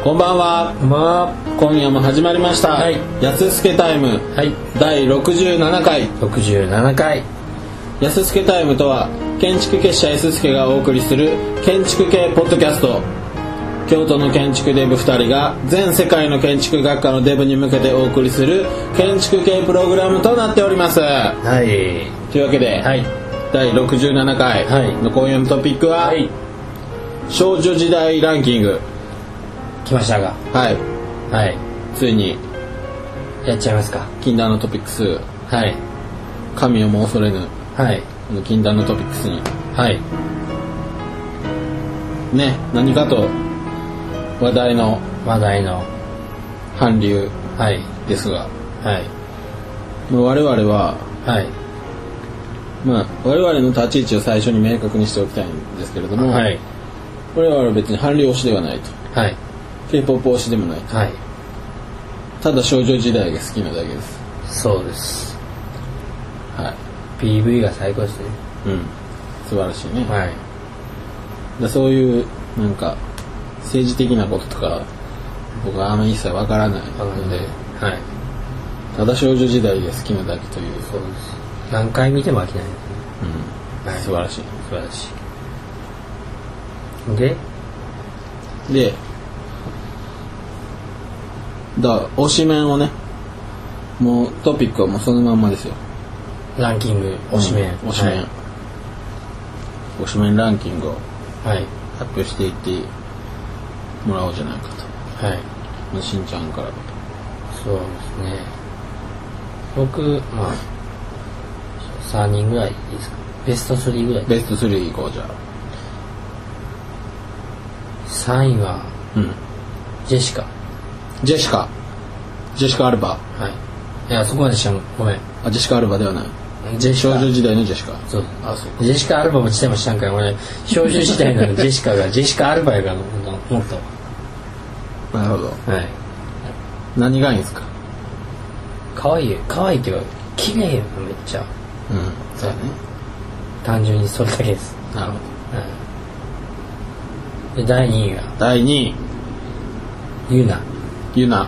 こんばんは。今夜も始まりました、やすすけタイム、第67回。やすすけタイムとは建築結社やすすけがお送りする建築系ポッドキャスト。京都の建築デブ2人が全世界の建築学科のデブに向けてお送りする建築系プログラムとなっております。というわけで、第67回の今夜のトピックは、少女時代ランキング来ましたが、 ついにやっちゃいますか。 禁断のトピックス、神をも恐れぬ、禁断のトピックスに、ね、何かと話題の韓流ですが、我々は、我々の立ち位置を最初に明確にしておきたいんですけれども、我々は別に韓流推しではないと、K-POP 推しでもないと、ただ少女時代が好きなだけです。 そうです。PV が最高ですね。 素晴らしいね。そういうなんか政治的なこととか僕はあんまり一切わからないので、ただ少女時代が好きなだけという。 そうです。何回見ても飽きないですね。 素晴らしい。で推しメンをね、もうトピックはもうそのまんまですよ。 ランキング推しメン、 推しメンランキングを発表していってもらおうじゃないかと。しんちゃんから。 そうですね。僕3人ぐらいいいですか。ベスト3ぐらい。 ベスト3いこう。じゃあ 3位は、ジェシカアルバ。いや、そこまでしちゃう。ごめん。 ジェシカアルバではない。少女時代のジェシカ。そう。 ジェシカアルバも自体も知らんから、俺少女時代のジェシカがジェシカアルバやからもっと。 なるほど。何がいいんですか。 可愛いっていうか綺麗よ、めっちゃ。 そうやね。 単純にそれだけです。 なるほど。で第2位が。 第2位。ユナ。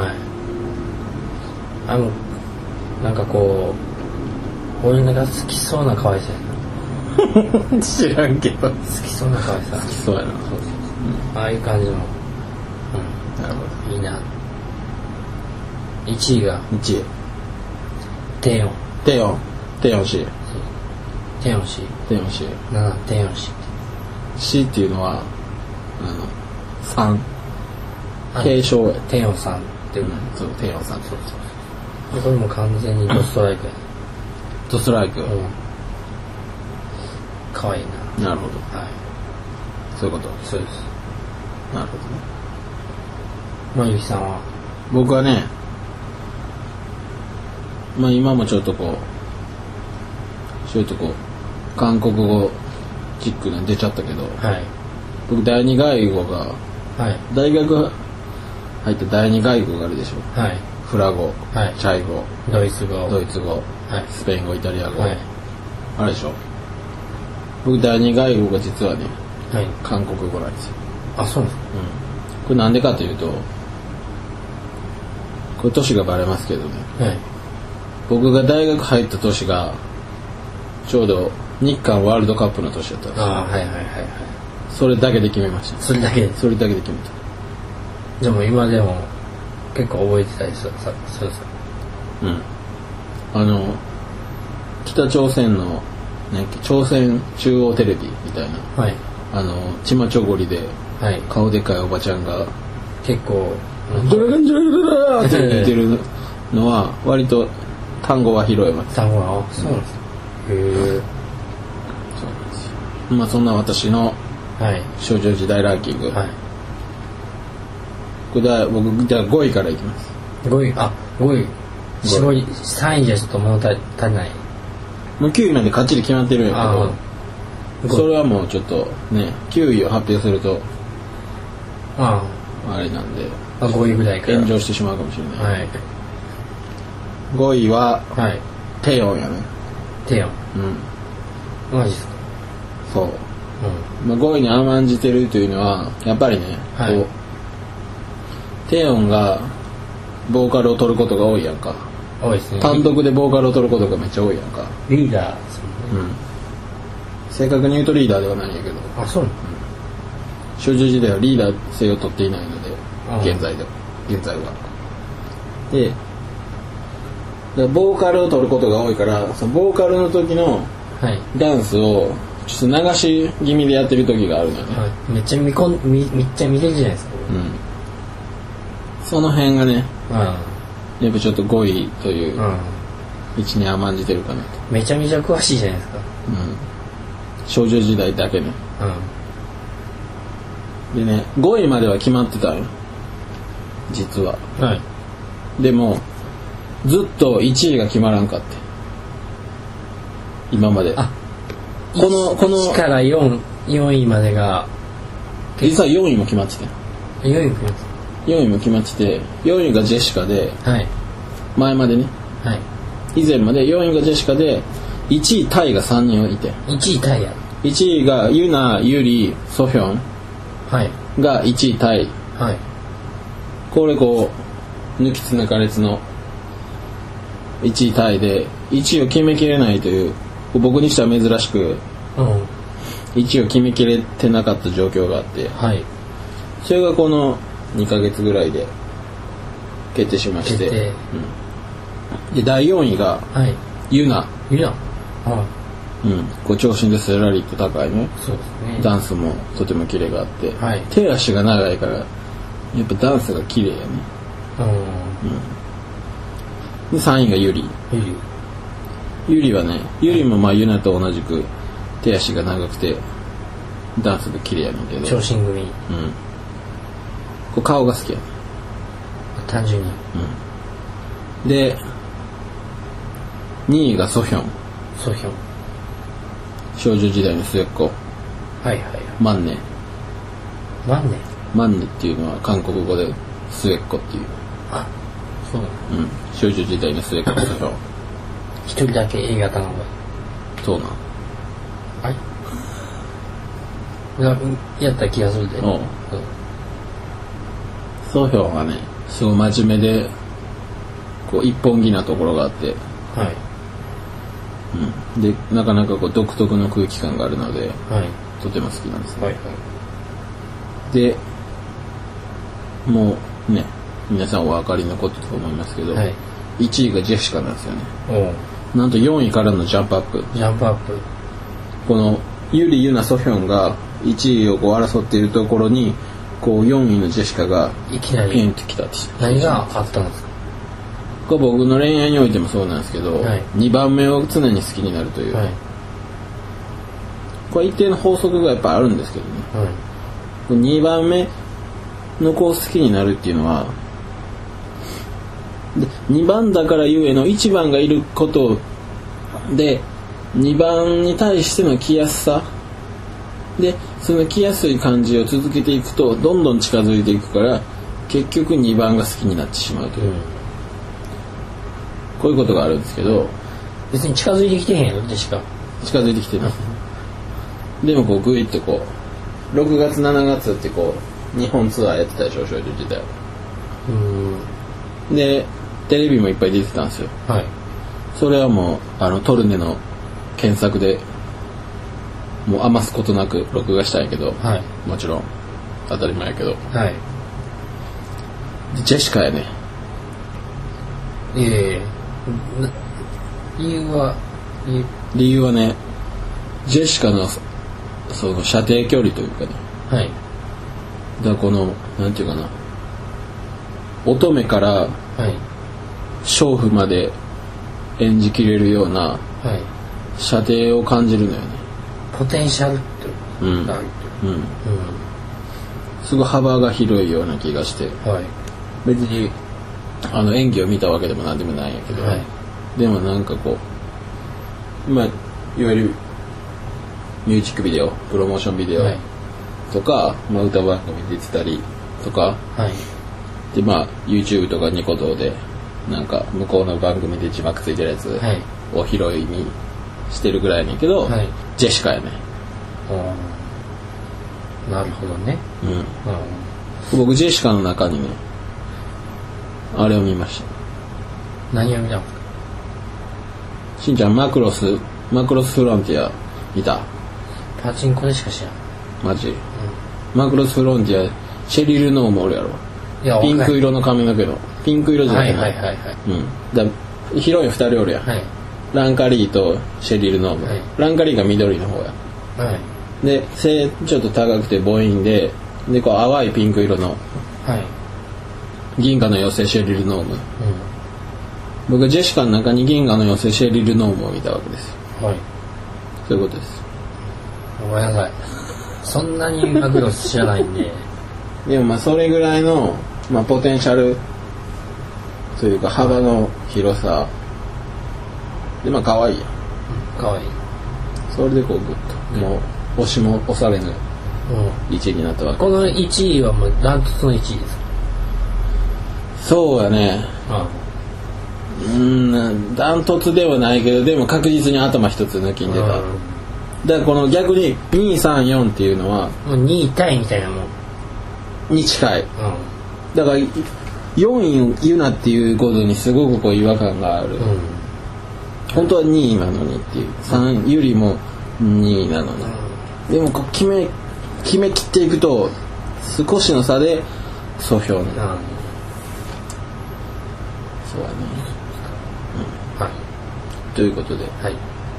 なんかこう俺が好きそうな可愛さやな。知らんけど。 好きそうな可愛さ。 好きそうやな。 ああいう感じの。 なるほど。 いいな。1位が。テヨン氏。テヨン氏。 C っていうのは3継承や。 テヨンさんっていう。 そう、テヨンさん。そう。 これも完全にドストライクや。 ドストライク。 可愛いな。 なるほど。そういうこと。 そうです。 なるほどね。ゆきさんは。 僕はね、今もちょっと韓国語チックな出ちゃったけど、僕第二外語が、大学入って第二外語があるでしょ。フラ語、チャイ語、 ドイツ語、 スペイン語、イタリア語、あれでしょ。僕第二外語が実はね、韓国語なんですよ。 あ、そうなんですか。 これなんでかというと、これ年がバレますけどね、僕が大学入った年がちょうど日韓ワールドカップの年だったんですよ。それだけで決めました。 それだけで決めた。でも今でも結構覚えてたりする。 北朝鮮の、朝鮮中央テレビみたいな、チマチョゴリで顔でかいおばちゃんが結構ドラガンジャララって言ってるのは割と単語は拾えます。 単語はそうなんですか。へえ。 そうなんですよ。そんな私の少女時代ランキング。これ僕じゃあ5位からいきます。 5位。3位じゃちょっと物足りない。 もう9位までかっちり決まってるんやけど、それはもうちょっとね、9位を発表するとあれなんで、 5位ぐらいから炎上してしまうかもしれない。5位は、テヨンやね。 テヨン。マジですか。 そう。5位に甘んじてるというのはやっぱりね、 テヨンがボーカルを取ることが多いやんか。 多いですね。 単独でボーカルを取ることがめっちゃ多いやんか。 リーダーですもんね。 正確に言うとリーダーではないんやけど、 あ、そうなの？ 少女時代はリーダー性を取っていないので、現在は。で、ボーカルを取ることが多いから、そのボーカルの時のダンスをちょっと流し気味でやってる時があるのよね。 はい、めっちゃ見てるじゃないですか。 その辺がね、やっぱちょっと語彙という位置に甘んじてるかなと。 めちゃめちゃ詳しいじゃないですか。 少女時代だけね。でね、5位までは決まってたよ。実は。 はい。 でもずっと1位が決まらんかって。今まで。 あ、 この 1から4位までが実は4位も決まってた。 4位も決まってた。 4位も決まってて、4位がジェシカで、 はい、 前までね、 はい、 以前まで4位がジェシカで1位タイが3人いて、 1位タイや、 1位がユナ、ユリ、ソヒョンが1位タイ、 はい、 これこう抜きつ抜かれつの1位タイで1位を決めきれないという、僕にしては珍しく1位を決めきれてなかった状況があって、 はい、 それがこの2ヶ月ぐらいで決定しまして、で第4位が、ユナ、こう長身でスラリッと高いね。 そうですね。 ダンスもとてもキレがあって、 はい、 手足が長いからやっぱダンスが綺麗やね。で3位がユリ。ユリはね、ユリもまあユナと同じく手足が長くてダンスが綺麗やねんけど、 長身組。 こう顔が好きやね。 単純に。 で2位がソヒョン。少女時代の末っ子。マンネ。マンネっていうのは韓国語で末っ子っていう。 あ、そうなの。 少女時代の末っ子ソヒョン。 一人だけ A 型なのが。 そうなん。 やった気がするで。 ソヒョンはね、すごい真面目でこう一本気なところがあって、でなかなかこう独特の空気感があるので、とても好きなんですね。でもうね、皆さんお分かりのことと思いますけど、1位がジェシカなんですよね。なんと4位からのジャンプアップ。このユリ、ユナ、ソヒョンが1位をこう争っているところにこう4位のジェシカがいきなりピンときたって。 何があったんですか？ これ僕の恋愛においてもそうなんですけど、2番目を常に好きになるという、これ一定の法則がやっぱあるんですけどね、2番目の子を好きになるっていうのはで2番だからゆえの1番がいることで2番に対しての来やすさで、その来やすい感じを続けていくとどんどん近づいていくから結局2番が好きになってしまうという、こういうことがあるんですけど、 別に近づいてきてへんやろ。でしか近づいてきてないでもこうグイッとこう6月7月ってこう日本ツアーやってたでしょ、少女時代。でテレビもいっぱい出てたんですよ。それはもうトルネの検索でもう余すことなく録画したんやけど、もちろん当たり前やけど、ジェシカやね。理由はね、ジェシカのその射程距離というかね、だからこのなんていうかな、乙女から娼婦まで演じきれるような射程を感じるのよね。 ポテンシャルってあるすごい幅が広いような気がして、別に演技を見たわけでもなんでもないんやけど、でもなんかこう、いわゆるミュージックビデオ、プロモーションビデオとか、歌番組出てたりとか、でYouTube とかニコ動でなんか向こうの番組で字幕ついてるやつを拾いにしてるぐらいやねんけど、ジェシカやね。 なるほどね。 僕ジェシカの中にねあれを見ました。 何を見たの？ しんちゃんマクロスフロンティア見た？ パチンコでしか知らん。 マジ、マクロスフロンティアシェリル・ノームおるやろ。 いや、 ピンク色の髪の毛のピンク色じゃない、 はいはいはいはい、 だヒロイン2人おるやん、 はい、 ランカリーとシェリル・ノーム、はい、ランカリーが緑の方や、 はい、 で背ちょっと高くて母音でこう淡いピンク色の、 はい、 銀河の妖精シェリル・ノーム、僕はジェシカの中に銀河の妖精シェリル・ノームを見たわけですよ。はい、そういうことです。 ごめんなさい、そんなにマクロス知らないんででもまあそれぐらいの、まあ、ポテンシャルというか幅の広さで、まあ可愛いやん。 可愛い。 それでこうグッと、もう押しも押されぬ1位になったわけ。 この1位はもうダントツの1位ですか？ そうやね。ダントツではないけど、でも確実に頭一つ抜きに出た。だからこの逆に2、3、4っていうのはもう2位タイみたいなもんに近い。だから4位言うなっていうことにすごくこう違和感がある。本当は2位なのにっていう、3よりも2位なのに、でもこう決め切っていくと少しの差で総評になる。そうやね、はい、ということで、はい、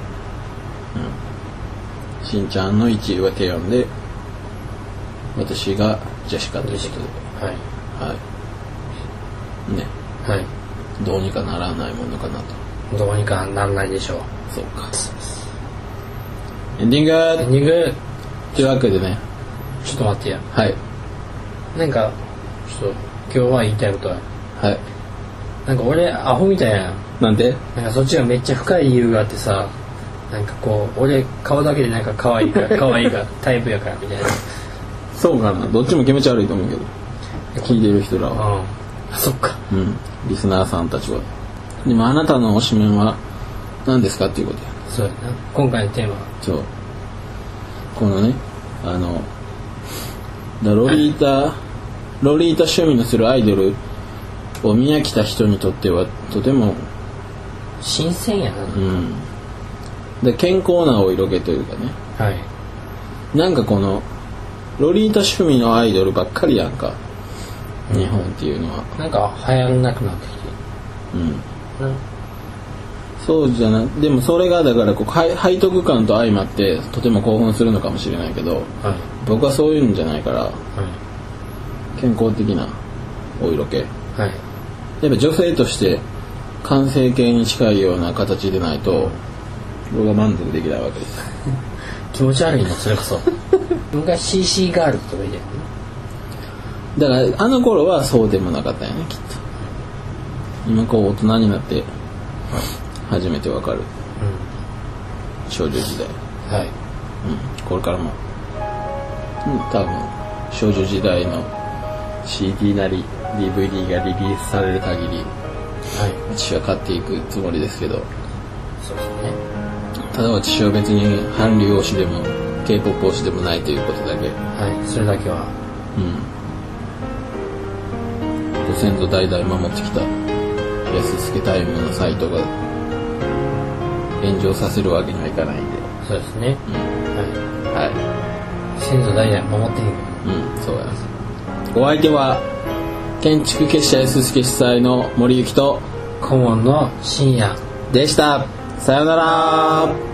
しんちゃんの1位はテヨンで、私がジェシカということで、はいはいね、はい、どうにかならないものかなと。 どうにかならないでしょう。 そうか。エンディングというわけでね、 ちょっと待ってや。 はい。 なんかちょっと今日は言いたいことは、はい。なんか俺アホみたいな。 なんで？ なんかそっちがめっちゃ深い理由があってさ、なんかこう俺顔だけでなんか可愛いからタイプやからみたいな。 そうかな。どっちも気持ち悪いと思うけど。聞いてる人らは。 あ、そっか。 リスナーさんたちは。でもあなたの推しメンは何ですかっていうことや。 そうやな。今回のテーマは。 そう。このね、ロリータ趣味のするアイドルを見飽きた人にとってはとても新鮮やな。 で健康なお色気というかね。はい。なんかこのロリータ趣味のアイドルばっかりやんか。日本っていうのは。 なんか流行らなくなってきて。 そうじゃな、でもそれがだからこう背徳感と相まってとても興奮するのかもしれないけど、はい、僕はそういうんじゃないから、はい、健康的なお色気、はい、やっぱ女性として完成形に近いような形でないと僕は満足できないわけです気持ち悪いのそれこそ昔 CC ガールとか言うだからあの頃はそうでもなかったよねきっと。今こう大人になって初めてわかる、少女時代、はい、これからも、多分少女時代の CD なり DVD がリリースされる限り、はい、私は買っていくつもりですけど、そうですね。ただ私は別に韓流推しでも K-POP 推しでもないということだけ、 はい、それだけは、 ご先祖代々守ってきた安助タイムのサイトが炎上させるわけにはいかないんで。 そうですね、はい、はい、先祖代々守ってへん。 そうや。お相手は建築結社安助主催の森幸と顧問の深夜でした。さよなら。